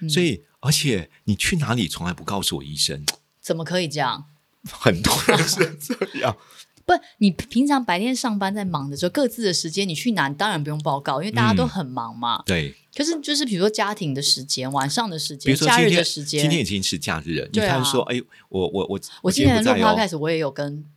所以而且你去哪里从来不告诉我一声， 怎么可以这样？ 很多人是这样。 不，你平常白天上班在忙的时候，各自的时间你去哪当然不用报告，因为大家都很忙嘛。 对。 可是就是比如说家庭的时间、晚上的时间、 比如说假日的时间， 今天已经是假日了，你看说，哎，我今天录 podcast 我也有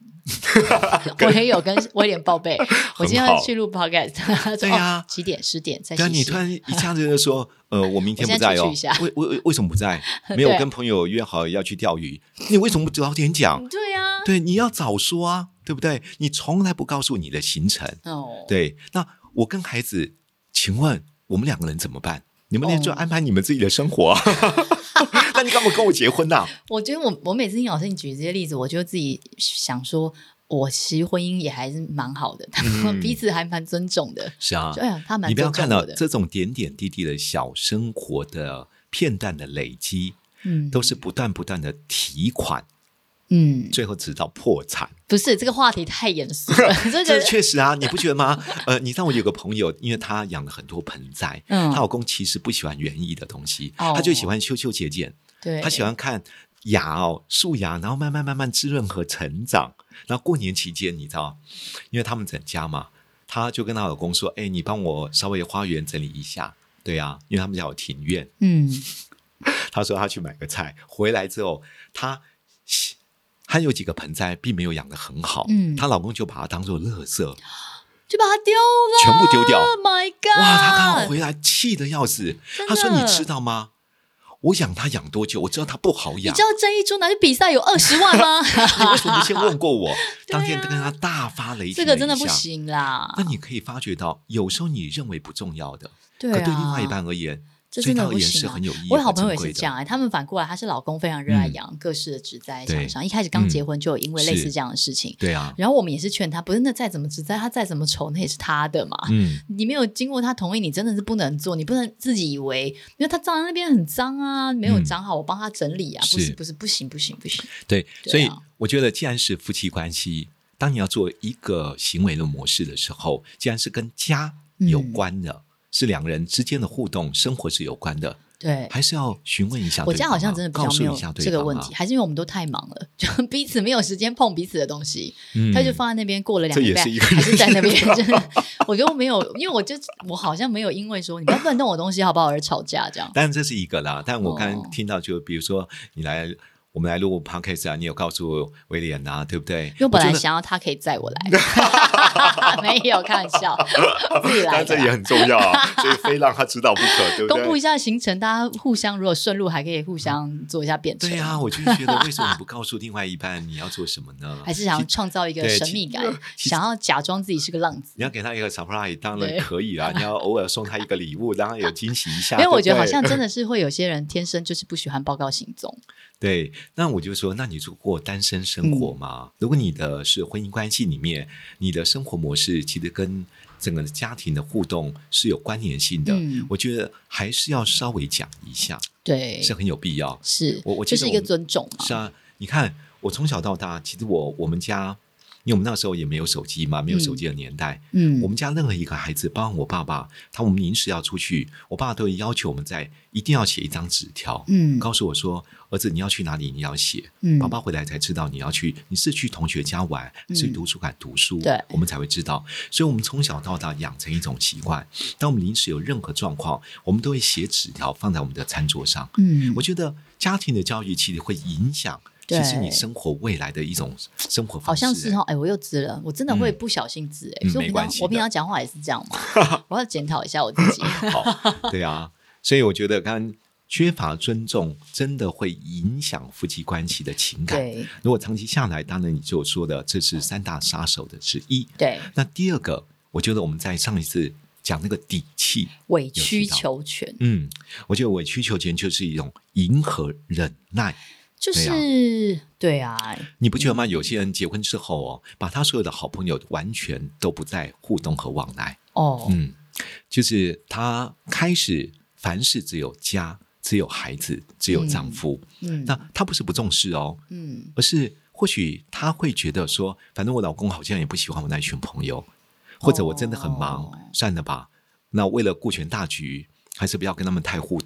跟威廉报备，我今天要去录 podcast， 对呀， 几点10点再。 对啊，你突然一下子就说，我明天不在哦，为什么不在？没有跟朋友约好要去钓鱼，你为什么不早点讲？ 对啊， 对，你要早说啊，对不对？你从来不告诉你的行程。对，那我跟孩子，请问我们2个人怎么办？你们就安排你们自己的生活啊。那你干嘛跟我结婚啊？ 我觉得我每次听老师你举这些例子，我就自己想说，我其实婚姻也还是蛮好的，彼此还蛮尊重的。 是啊， 他蛮尊重我的。 你不要看到这种点点滴滴的小生活的片段的累积，都是不断的提款。最后直到破产。 不是，这个话题太严肃了。 这确实啊，你不觉得吗？你知道我有个朋友，因为他养了很多盆栽，她老公其实不喜欢园艺的东西，他就喜欢修剪剪。对，他喜欢看树芽，然后慢慢滋润和成长。然后过年期间，你知道，因为他们整家嘛，他就跟她老公说：“哎，你帮我稍微花园整理一下。”对啊，因为他们家有庭院。他说他去买个菜，回来之后他有几个盆栽并没有养得很好，她老公就把它当作垃圾， 就把它丢了， 全部丢掉。 Oh my god！ 哇，他刚回来气得要死。他说：“你知道吗？我养它养多久？我知道它不好养。 你知道这一株拿去比赛有20万吗？ 你为什么不先问过我？当天跟他大发雷霆， 这个真的不行啦。 那你可以发觉到，有时候你认为不重要的， 可对另外一半而言。” 这真的不行是很有意义的。 我有好朋友也是这样他们反过来，她是老公非常热爱养各式的植栽场上，一开始刚结婚就有因为类似这样的事情。 对啊， 然后我们也是劝他，不是那再怎么植栽，他再怎么丑，那也是他的嘛。你没有经过他同意，你真的是不能做，你不能自己以为，因为他脏那边很脏啊，没有长好，我帮他整理啊，不行。 对，所以我觉得，既然是夫妻关系，当你要做一个行为的模式的时候，既然是跟家有关的，是2人之间的互动、生活是有关的。对，还是要询问一下对方。 我家好像真的比较没有这个问题，还是因为我们都太忙了，就彼此没有时间碰彼此的东西，他就放在那边过了2礼拜，还是在那边。真的，我觉得没有，因为我好像没有因为说你不要乱动我东西好不好而吵架这样。 当然这是一个啦，但我刚刚听到就比如说我们来录 podcast 啊，你有告诉威廉啊，对不对？ 因为我本来想要他可以载我来，没有开玩笑，自己来的。 但这也很重要啊，所以非让他知道不可，对不对？ 公布一下行程，大家互相如果顺路，还可以互相做一下变成。 对啊，我就觉得为什么你不告诉另外一半你要做什么呢？ 还是想要创造一个神秘感，想要假装自己是个浪子？ 你要给他一个 surprise， 当然可以啦。你要偶尔送他一个礼物，让他有惊喜一下。 因为我觉得好像真的是会有些人天生就是不喜欢报告行踪。 对，那我就说，那你就过单身生活嘛？如果你的是婚姻关系里面，你的生活模式其实跟整个家庭的互动是有关联性的，我觉得还是要稍微讲一下， 对， 是很有必要。 是，这是一个尊重嘛？ 是啊，你看我从小到大，其实我们家。因为我们那时候也没有手机嘛，没有手机的年代，我们家任何一个孩子，包括我爸爸，我们临时要出去，我爸爸都会要求我们一定要写一张纸条，告诉我说，儿子你要去哪里你要写，爸爸回来才知道你是去同学家玩，还是去图书馆读书，我们才会知道。所以我们从小到大养成一种习惯，当我们临时有任何状况，我们都会写纸条放在我们的餐桌上。我觉得家庭的教育其实会影响其实你生活未来的一种生活方式。 好像是我又滋了，我真的会不小心滋所以我平常讲话也是这样嘛。我要检讨一下我自己。 好，对啊，所以我觉得刚刚缺乏尊重真的会影响夫妻关系的情感。如果长期下来，当然你就说的这是3大杀手的之一。对，那第二个，我觉得我们在上一次讲那个底气， 委曲求全。 我觉得委曲求全就是一种迎合忍耐。 就是对啊， 你不觉得吗？有些人结婚之后把他所有的好朋友完全都不再互动和往来。就是他开始凡事只有家，只有孩子，只有丈夫。那他不是不重视而是或许他会觉得说，反正我老公好像也不喜欢我那群朋友，或者我真的很忙，算了吧。那为了顾全大局，还是不要跟他们太互动。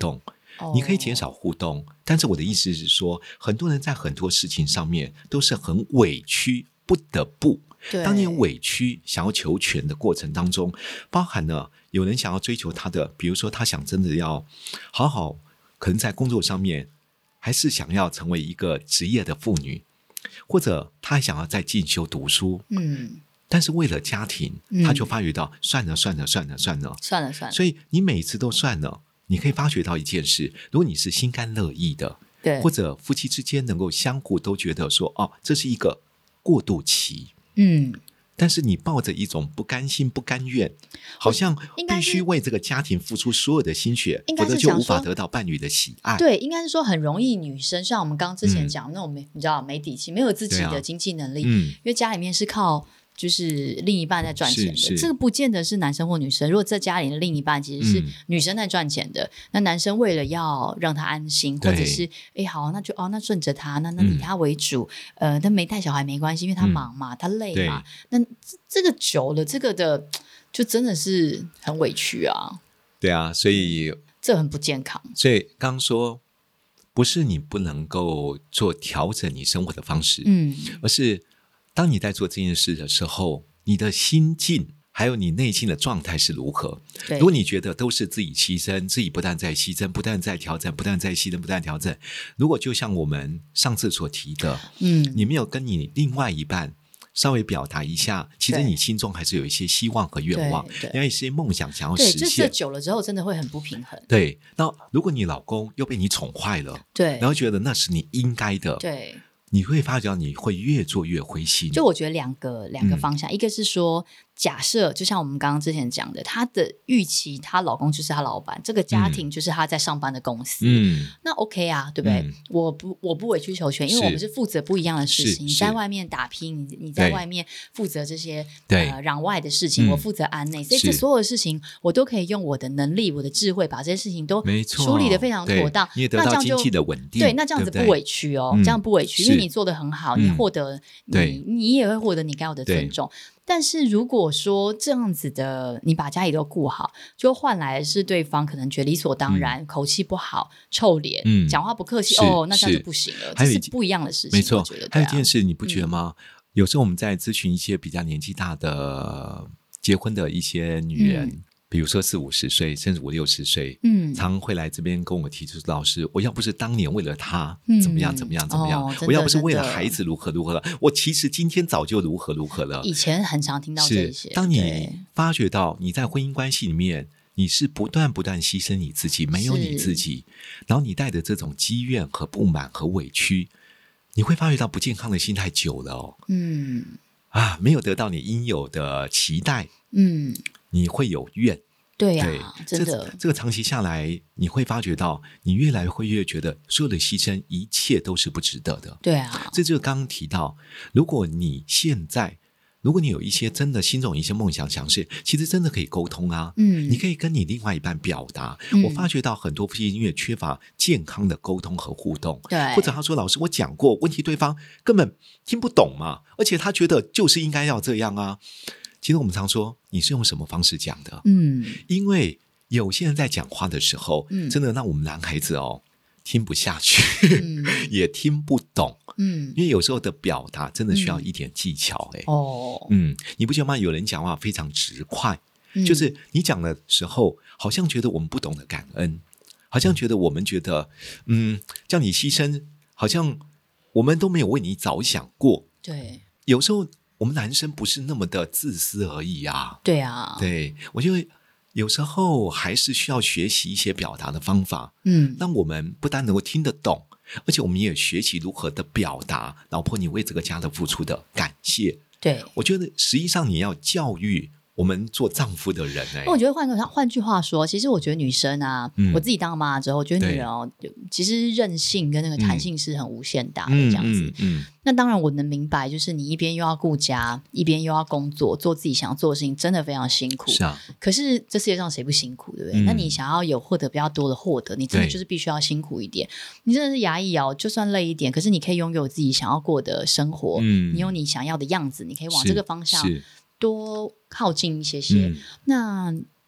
你可以减少互动，但是我的意思是说，很多人在很多事情上面都是很委屈，不得不。当你委屈想要求全的过程当中，包含了有人想要追求他的，比如说他想真的要好好，可能在工作上面还是想要成为一个职业的妇女，或者他还想要再进修读书，但是为了家庭，他就发觉到算了，所以你每次都算了，你可以发觉到一件事，如果你是心甘乐意的， 对， 或者夫妻之间能够相互都觉得说，这是一个过渡期，但是你抱着一种不甘心不甘愿，好像必须为这个家庭付出所有的心血，否则就无法得到伴侣的喜爱。 对，应该是说很容易女生像我们刚刚之前讲那种你知道没底气，没有自己的经济能力，因为家里面是靠就是另一半在赚钱的，这个不见得是男生或女生。如果在家里的另一半其实是女生在赚钱的，那男生为了要让他安心，或者是好，那就那顺着他，那以他为主，他没带小孩没关系，因为他忙嘛，他累嘛。那这个久了，这个的就真的是很委屈啊。 对啊，所以这很不健康。 所以刚刚说，不是你不能够做调整你生活的方式，而是当你在做这件事的时候，你的心境还有你内心的状态是如何。如果你觉得都是自己牺牲，自己不但在牺牲，不但在调整，不但在牺牲，不但调整，如果就像我们上次所提的，你没有跟你另外一半稍微表达一下，其实你心中还是有一些希望和愿望，因为一些梦想想要实现。 这久了之后真的会很不平衡。 对，那如果你老公又被你宠坏了，然后觉得那是你应该的，你会发觉你会越做越灰心。就我觉得两个方向，一个是说，假设就像我们刚刚之前讲的，她的预期她老公就是她老板，这个家庭就是她在上班的公司，那 OK 啊，对不对？我不委曲求全，因为我们是负责不一样的事情。你在外面打拼，你在外面负责这些攘外的事情，我负责安内，所以这所有的事情我都可以用我的能力、我的智慧把这些事情都梳理得非常妥当， 你也得到经济的稳定。 对，那这样子不委屈哦，这样不委屈，因为你做得很好，你获得你也会获得你该有的尊重。但是如果说这样子的你把家里都顾好，就换来的是对方可能觉得理所当然，口气不好，臭脸，讲话不客气，那这样就不行了，这是不一样的事情。 没错，还有一件事你不觉得吗？有时候我们在咨询一些比较年纪大的结婚的一些女人，比如说40-50岁甚至50-60岁，常会来这边跟我提出，老师，我要不是当年为了他怎么样，我要不是为了孩子如何了，我其实今天早就如何了。 以前很常听到这些。 当你发觉到你在婚姻关系里面你是不断牺牲你自己，没有你自己，然后你带着这种积怨和不满和委屈，你会发觉到不健康的心态久了没有得到你应有的期待，你会有怨。 对呀，真的， 这个长期下来，你会发觉到，你越来越觉得所有的牺牲，一切都是不值得的。 对啊， 这就是刚刚提到，如果你有一些真的心中有一些梦想想事，其实真的可以沟通啊。你可以跟你另外一半表达。我发觉到很多夫妻因为缺乏健康的沟通和互动， 对， 或者他说老师我讲过，问题对方根本听不懂嘛，而且他觉得就是应该要这样啊。其实我们常说你是用什么方式讲的？因为有些人在讲话的时候，真的让我们男孩子听不下去，也听不懂，因为有时候的表达真的需要一点技巧。你不觉得吗？有人讲话非常直快，就是你讲的时候，好像觉得我们不懂得感恩，好像觉得我们觉得，叫你牺牲，好像我们都没有为你着想过。 对， 有时候我们男生不是那么的自私而已啊。 对啊， 对，我觉得有时候还是需要学习一些表达的方法，让我们不但能够听得懂，而且我们也学习如何的表达老婆你为这个家的付出的感谢。 对， 我觉得实际上你要教育我们做丈夫的人。 我觉得换句话说，其实我觉得女生啊，我自己当妈之后，我觉得女人其实韧性跟那个弹性是很无限大的这样子。那当然我能明白，就是你一边又要顾家，一边又要工作，做自己想要做的事情，真的非常辛苦。 是啊， 可是这世界上谁不辛苦，对不对？那你想要有获得比较多的获得，你真的就是必须要辛苦一点。你真的是牙一咬，就算累一点，可是你可以拥有自己想要过的生活，你有你想要的样子，你可以往这个方向多靠近一些。那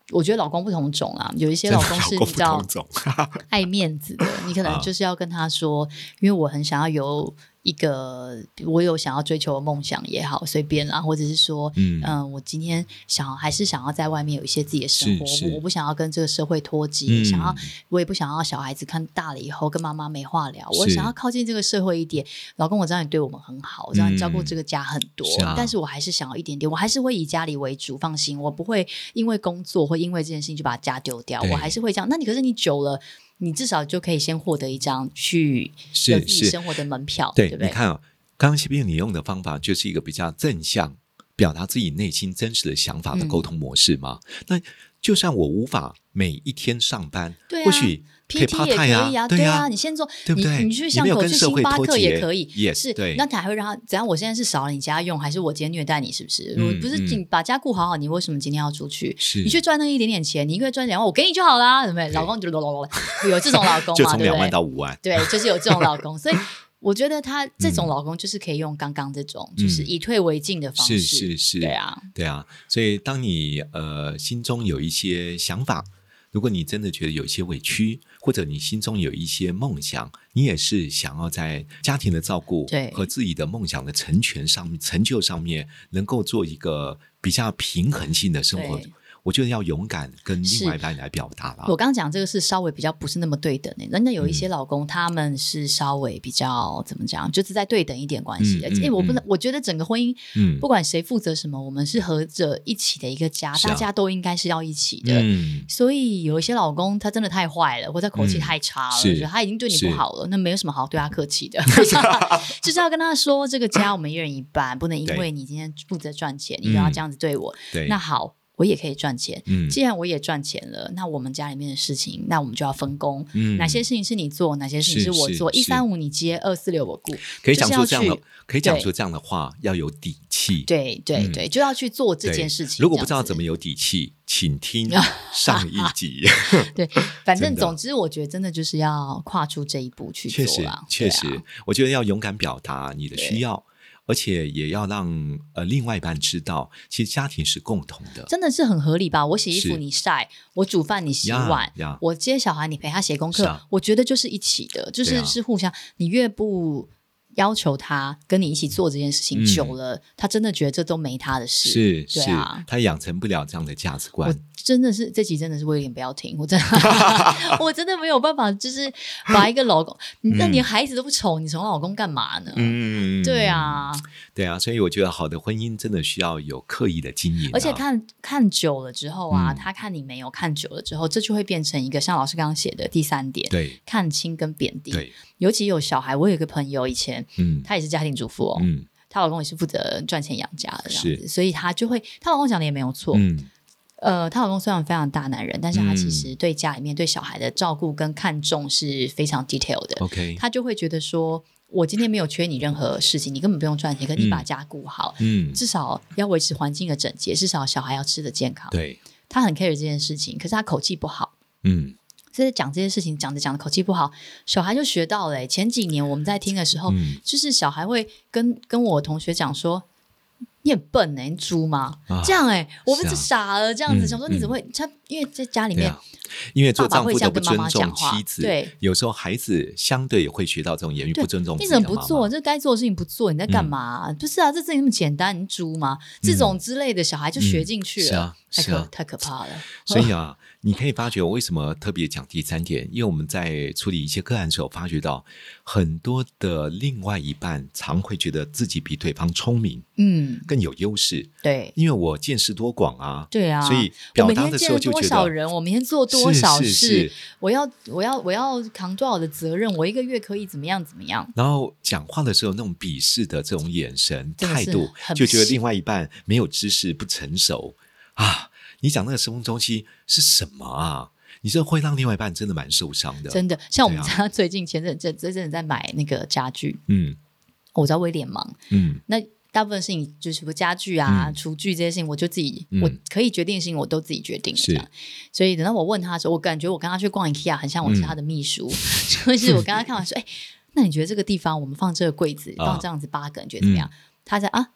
我觉得老公不同种啊，有一些老公是比较真的老公不同种爱面子的，你可能就是要跟他说，因为我很想要有一个我有想要追求的梦想也好，随便啦，或者是说，我今天还是想要在外面有一些自己的生活， 是我不想要跟这个社会脱节，我也不想要小孩子看大了以后跟妈妈没话聊，我想要靠近这个社会一点。老公，我知道你对我们很好，我知道你照顾这个家很多，但是我还是想要一点点，我还是会以家里为主，放心，我不会因为工作或因为这件事情就把家丢掉，我还是会这样。那可是你久了。你至少就可以先获得一张去有自己生活的门票，对不对？ 你看刚刚西边你用的方法就是一个比较正向表达自己内心真实的想法的沟通模式嘛。那就算我无法每一天上班，或许可以 part time 啊， 对啊，你先做，对不对？你去巷口去星巴克也可以，是。那你还会让他怎样？我现在是少了你家用，还是我今天虐待你？是不是？我不是你把家顾好好，你为什么今天要出去？你去赚那一点点钱，你一个月赚2万，我给你就好啦，对不对？老公就有这种老公嘛， 就从2万到5万， 对，就是有这种老公，所以。我觉得他这种老公就是可以用刚刚这种，就是以退为进的方式， 是， 对啊。 所以当你心中有一些想法，如果你真的觉得有一些委屈，或者你心中有一些梦想，你也是想要在家庭的照顾和自己的梦想的成就上面，能够做一个比较平衡性的生活。我觉得要勇敢跟另外一半来表达啦。 我刚刚讲这个是稍微比较不是那么对等的，那有一些老公他们是稍微比较怎么讲，就是在对等一点关系的。因为我觉得整个婚姻，不管谁负责什么，我们是合着一起的一个家，大家都应该是要一起的。所以有一些老公他真的太坏了，或者口气太差了，觉得他已经对你不好了，那没有什么好对他客气的，就是要跟他说，这个家我们一人一半，不能因为你今天负责赚钱，你就要这样子对我。那好。我也可以赚钱，既然我也赚钱了，那我们家里面的事情，那我们就要分工，哪些事情是你做，哪些事情是我做，135你接，246我顾， 可以讲出这样的话，要有底气， 对，就要去做这件事情。 如果不知道怎么有底气，请听上一集。 对，反正总之，我觉得真的就是要跨出这一步去做啦。 确实，我觉得要勇敢表达你的需要。而且也要让另外一半知道，其实家庭是共同的， 真的是很合理吧？我洗衣服你晒，我煮饭你洗碗，我接小孩你陪他写功课，我觉得就是一起的，是互相。你越不要求他跟你一起做这件事情，久了他真的觉得这都没他的事，对啊， 他养成不了这样的价值观。 我真的是这集真的是威廉不要听，我真的没有办法，就是把一个老公，那你孩子都不宠，你宠老公干嘛呢？对啊， 所以我觉得好的婚姻真的需要有刻意的经营， 而且看久了之后啊，他看你没有看久了之后，这就会变成一个像老师刚刚写的第3点， 对， 看轻跟贬低，尤其有小孩。我有一个朋友以前，她也是家庭主妇哦，她老公也是负责赚钱养家的这样子，所以她就会，她老公讲的也没有错，她老公虽然非常大男人，但是他其实对家里面对小孩的照顾跟看重是非常 detail 的。 OK， 他就会觉得说，我今天没有缺你任何事情，你根本不用赚钱，可你把家顾好，至少要维持环境的整洁，至少小孩要吃的健康。 对， 他很 care 这件事情，可是他口气不好。所以讲这些事情讲着口气不好，小孩就学到了。前几年我们在听的时候，就是小孩会跟我同学讲说，你很笨你猪吗？这样我们是傻了这样子，想说你怎么会？他因为在家里面， 因为做丈夫的不尊重妻子， 对， 有时候孩子相对会学到这种言语不尊重自己的妈妈。 你怎么不做？这该做的事情不做，你在干嘛？不是啊，这事情那么简单，你猪吗？这种之类的小孩就学进去了，太可怕了。 所以啊，你可以发觉我为什么特别讲第3点，因为我们在处理一些个案的时候，发觉到很多的另外一半常会觉得自己比对方聪明，更有优势。对，因为我见识多广啊， 对啊， 所以表达的时候就觉得我每天见了多少人，我每天做多少事，我要扛多少的责任，我一个月可以怎么样怎么样。 然后讲话的时候那种鄙视的这种眼神态度，就觉得另外一半没有知识不成熟啊。你讲那个生活东西是什么啊？你这会让另外一半真的蛮受伤的，真的。 像我们家最近前阵子在买那个家具，我知道威廉忙，那大部分事情就是家具啊、厨具这些事情，我就自己我可以决定的事情，我都自己决定了这样。所以等到我问他的时候，我感觉我跟他去逛 IKEA 很像我是他的秘书，就是我跟他看完说，那你觉得这个地方我们放这个柜子放这样子8个，你觉得怎么样？他在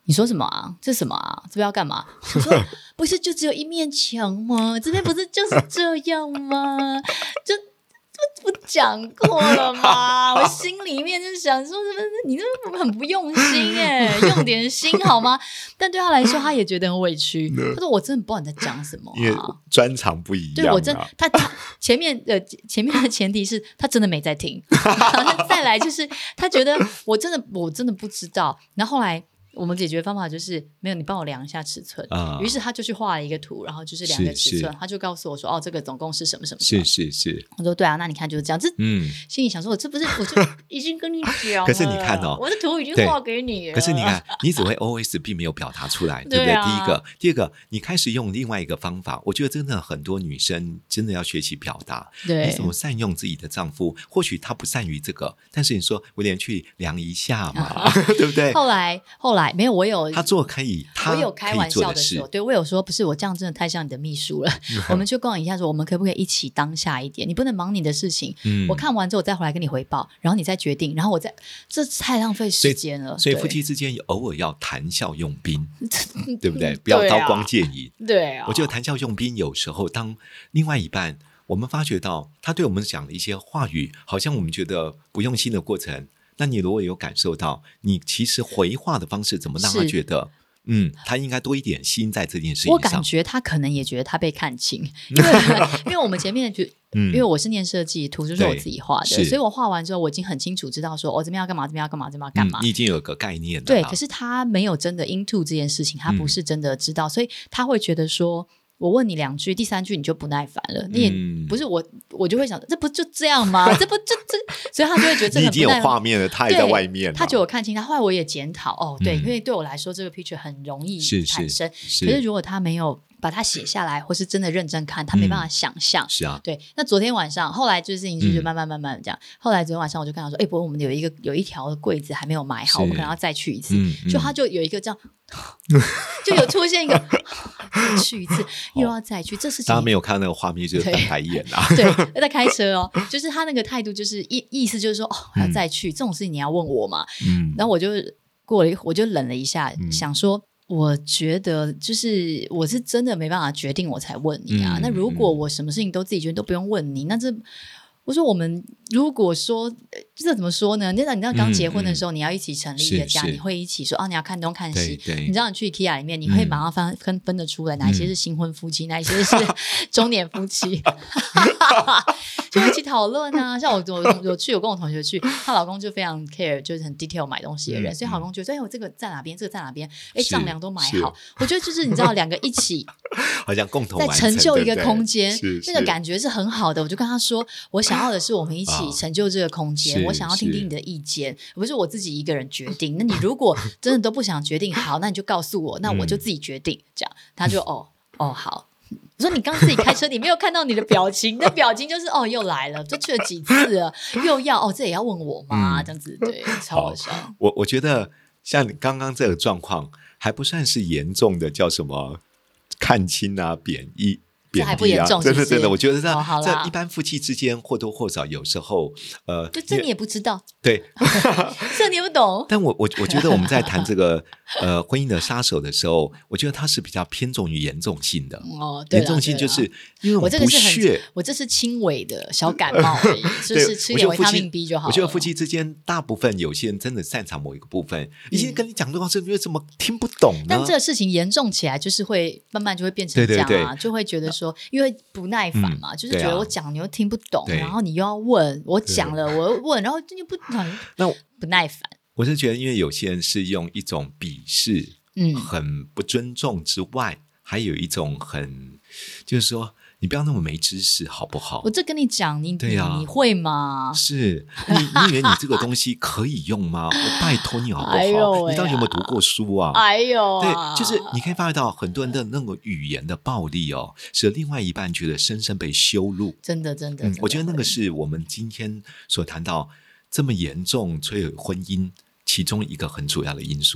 你说什么啊？这什么啊？这边要干嘛？我说不是就只有一面墙吗？这边不是就是这样吗？就不讲过了吗？我心里面就想说，你这很不用心耶，用点心好吗？但对他来说，他也觉得很委屈。他说：“我真的不知道你在讲什么、啊， 因为专长不一样、啊。” 对我真他前面的前提是他真的没在听，然后再来就是他觉得我真的不知道。然后后来我们解决方法就是没有，你帮我量一下尺寸。于是他就去画了一个图，然后就是量个尺寸，他就告诉我说：“哦，这个总共是什么什么。” 是。 我说：“对啊，那你看就是这样。”心里想说：“我这不是我就已经跟你讲了， 可是你看哦， 我的图已经画给你了。” 可是你看，你只会 OS 并没有表达出来，对不对？第二个，你开始用另外一个方法，我觉得真的很多女生真的要学习表达。 对， 你怎么善用自己的丈夫？或许他不善于这个，但是你说威廉去量一下嘛，对不对？ 后来没有，我有。我有开玩笑的时候，对我有说不是我这样真的太像你的秘书了，我们就跟我一下说，我们可不可以一起当下一点？你不能忙你的事情，我看完之后我再回来跟你回报，然后你再决定，然后这太浪费时间了。 所以夫妻之间偶尔要谈笑用兵，对不对？不要刀光剑影。 对啊， 我觉得谈笑用兵有时候当另外一半，我们发觉到他对我们讲的一些话语，好像我们觉得不用心的过程。那你如果有感受到，你其实回话的方式怎么让他觉得，他应该多一点心在这件事情上。 我感觉他可能也觉得他被看清，因为我们前面因为我是念设计，图就是我自己画的，所以我画完之后，我已经很清楚知道说，这边要干嘛，这边要干嘛，这边要干嘛， 你已经有个概念了。 对，可是他没有真的 into 这件事情，他不是真的知道，所以他会觉得说。我问你2句，第3句你就不耐烦了，你也不是我就会想，这不就这样吗？这不就这，所以他就会觉得这很不耐烦。你已经有画面了，他也在外面了。 他觉得我看清他，后来我也检讨对，因为对我来说这个 picture 很容易产生，可是如果他没有把它写下来，或是真的认真看，他没办法想象。 是啊， 对。那昨天晚上，后来这事情就慢慢这样。后来昨天晚上我就跟他说，不过我们有一条柜子还没有买好，我们可能要再去一次。就他就有一个这样。就有出现一个再去一次又要再去，这事情大家没有看到那个画面就是翻白眼啊。 对，在开车就是他那个态度就是意思就是说还要再去，这种事情你要问我嘛。然后我就我就冷了一下，想说我觉得就是我是真的没办法决定我才问你啊。那如果我什么事情都自己决定都不用问你，那这我说我们如果说这怎么说呢？你知道刚结婚的时候，你要一起成立一个家，你会一起说你要看东看西。你知道你去 IKEA 里面，你会马上分得出来哪一些是新婚夫妻，哪一些是中年夫妻，就一起讨论啊。像我跟我同学去，她老公就非常 care， 就是很 detail 买东西的人，所以她老公觉得我这个在哪边，这个在哪边，丈量都买好。我觉得就是你知道两个一起， 好像共同在成就一个空间，那个感觉是很好的。我就跟他说，我想要的是我们一起成就这个空间，我想要听听你的意见，不是我自己一个人决定。那你如果真的都不想决定，好，那你就告诉我，那我就自己决定。这样他就好。我说你刚自己开车，你没有看到你的表情，你的表情就是又来了，就去了几次了，又要这也要问我吗？这样子对，超好笑。 我觉得像刚刚这个状况还不算是严重的，叫什么看清啊、贬义。 这还不严重， 真的，我觉得这一般夫妻之间或多或少有时候就这你也不知道， 对， 这你也不懂。 但我觉得我们在谈这个婚姻的杀手的时候，我觉得它是比较偏重于严重性的。 对， 严重性就是因为我不屑， 我这是轻微的小感冒而已，就是吃点维他命 B 就好了。 我觉得夫妻之间大部分有些人真的擅长某一个部分，已经跟你讲多少次，你怎么听不懂呢？ 但这个事情严重起来，就是会慢慢就会变成这样啊，就会觉得说。因为不耐烦嘛，就是觉得我讲你又听不懂，然后你又要问我讲了，我又问，然后就不耐烦。 我是觉得，因为有些人是用一种鄙视，很不尊重之外，还有一种就是说。你不要那么没知识好不好？ 我这跟你讲，你会吗？ 是你以为你这个东西可以用吗？我拜托你好不好？你到底有没有读过书啊？对，就是你可以发觉到很多人的那个语言的暴力使另外一半觉得深深被羞辱。 真的， 我觉得那个是我们今天所谈到这么严重摧毁婚姻其中一个很主要的因素。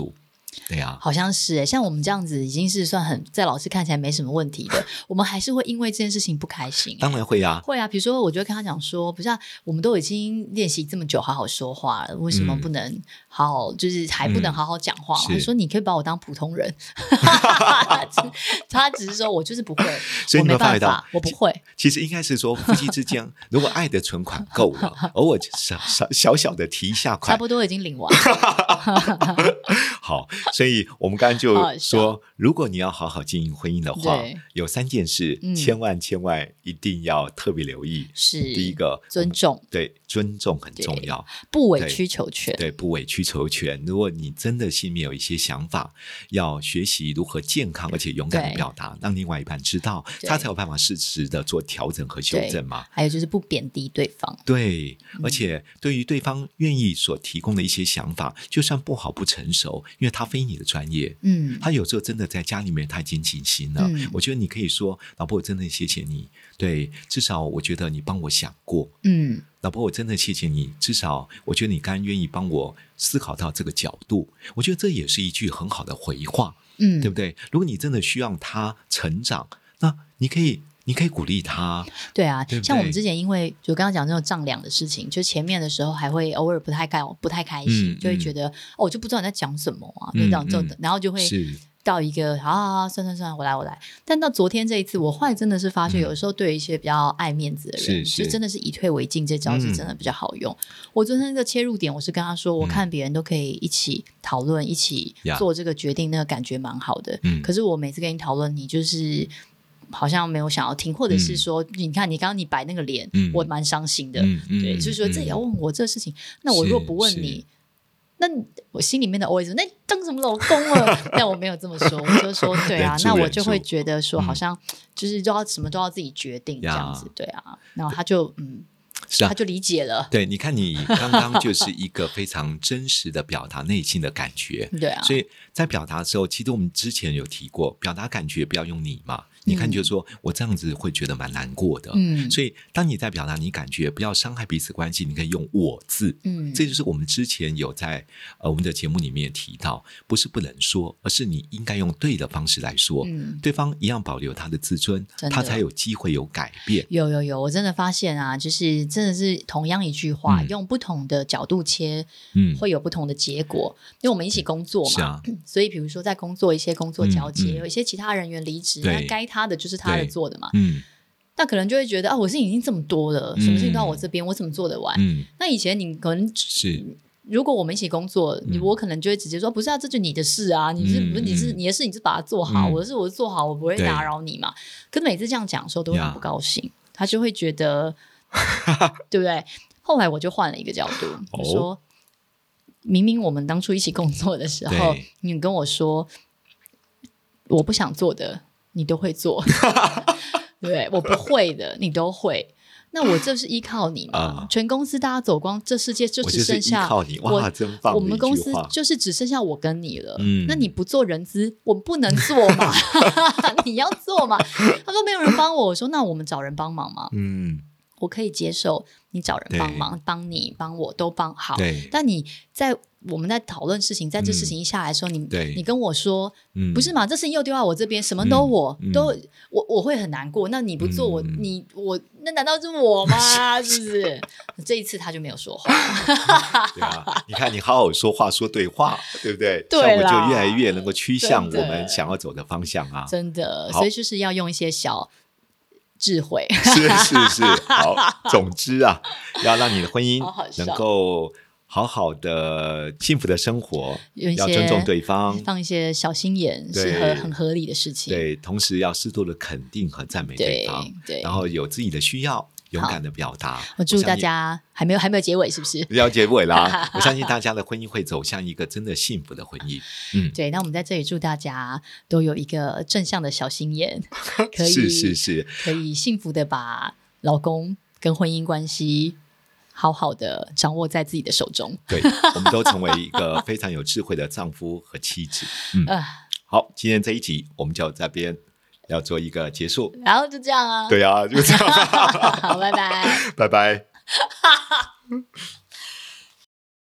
对啊， 好像是像我们这样子已经是算很在老师看起来没什么问题的，我们还是会因为这件事情不开心。 当然会啊， 会啊，比如说我就会跟他讲说，不是啊，我们都已经练习这么久好好说话了，为什么不能好好就是还不能好好讲话？他说你可以把我当普通人他只是说我就是不会， 所以你我没们发觉到办法，我不会。 其实应该是说夫妻之间如果爱的存款够了，偶尔小小的提一下差款不多已经领完了好，所以我们刚刚就好好说，如果你要好好经营婚姻的话对， 有3件事，千万一定要特别留意。 是第一个， 尊重， 对，尊重很重要， 不委曲求全。 对，不委曲求全。如果你真的心里面有一些想法，要学习如何健康而且勇敢的表达，让另外一半知道，他才有办法适时的做调整和修正嘛。 还有就是不贬低对方。 对，而且对于对方愿意所提供的一些想法，就算不好不成熟，因为他非你的专业，他有时候真的在家里面他已经尽心了，我觉得你可以说，老婆我真的谢谢你，对，至少我觉得你帮我想过，老婆我真的谢谢你，至少我觉得你刚愿意帮我思考到这个角度，我觉得这也是一句很好的回话，对不对？如果你真的需要他成长，那你可以鼓励他。 对啊， 对不对？ 像我们之前因为就刚刚讲这种丈量的事情，就前面的时候还会偶尔不太开心，就会觉得我就不知道你在讲什么啊，就这样然后就会到一个算了，我来。但到昨天这一次，我后来真的是发现，有的时候对于一些比较爱面子的人，就真的是以退为进，这招是真的比较好用。我昨天那个切入点，我是跟他说，我看别人都可以一起讨论，一起做这个决定，那个感觉蛮好的。可是我每次跟你讨论，你就是好像没有想要听，或者是说，你看你刚刚你摆那个脸，我蛮伤心的。对，就是说这也要问我这事情，那我如果不问你，那我心里面的 always 那你当什么老公了？但我没有这么说，我就说对啊，那我就会觉得说，好像就是什么都要自己决定这样子，对啊。然后他就他就理解了。 对，你看你刚刚就是一个非常真实的表达内心的感觉， 对啊。 所以在表达的时候，其实我们之前有提过，表达感觉不要用你嘛。你看就是说我这样子会觉得蛮难过的，所以当你在表达你感觉不要伤害彼此关系，你可以用我字，这就是我们之前有在我们的节目里面提到，不是不能说，而是你应该用对的方式来说，对方一样保留他的自尊，他才有机会有改变。有， 我真的发现啊，就是真的是同样一句话，用不同的角度切，会有不同的结果。因为我们一起工作嘛，所以比如说在工作一些工作交接，有一些其他人员离职，那该他的就是他的做的嘛，那可能就会觉得我事情已经这么多了，什么事情到我这边，我怎么做得完？那以前你可能是如果我们一起工作，我可能就会直接说不是啊，这就你的事啊，你的事你就把它做好，我的事我做好，我不会打扰你嘛。可是每次这样讲的时候都会很不高兴，他就会觉得对不对？后来我就换了一个角度，我说明明我们当初一起工作的时候，你跟我说我不想做的你都会做对，我不会的你都会，那我这是依靠你嘛，全公司大家走光，这世界就只剩下我就是依靠你。哇，真棒的一句话， 我们公司就是只剩下我跟你了，那你不做人资我不能做嘛你要做嘛。他说没有人帮我，我说那我们找人帮忙嘛，我可以接受你找人帮忙，帮你帮我都帮好，但你在我们在讨论事情，在这事情一下来的时候，你跟我说不是嘛，这事情又丢到我这边，什么都我会很难过，那你不做我那难道是我吗？是不是？这一次他就没有说话对啊，你看你好好说话，说对话，对不对？ 对， 效果就越来越能够趋向我们想要走的方向啊， 真的。所以就是要用一些小智慧是好，总之啊，要让你的婚姻能够好好的幸福的生活，要尊重对方， 放一些小心眼，是很合理的事情。 对，同时要适度的肯定和赞美对方， 对， 然后有自己的需要，勇敢的表达。 我祝大家还没有结尾，是不是？ 要结尾啦！我相信大家的婚姻会走向一个真的幸福的婚姻。 对，那我们在这里祝大家都有一个正向的小心眼，可以是可以幸福的把老公跟婚姻关系好好的掌握在自己的手中。 对，我们都成为一个非常有智慧的丈夫和妻子。好，今天这一集我们就在这边要做一个结束， 然后就这样啊。 对啊，就这样。 好，拜拜， 拜拜。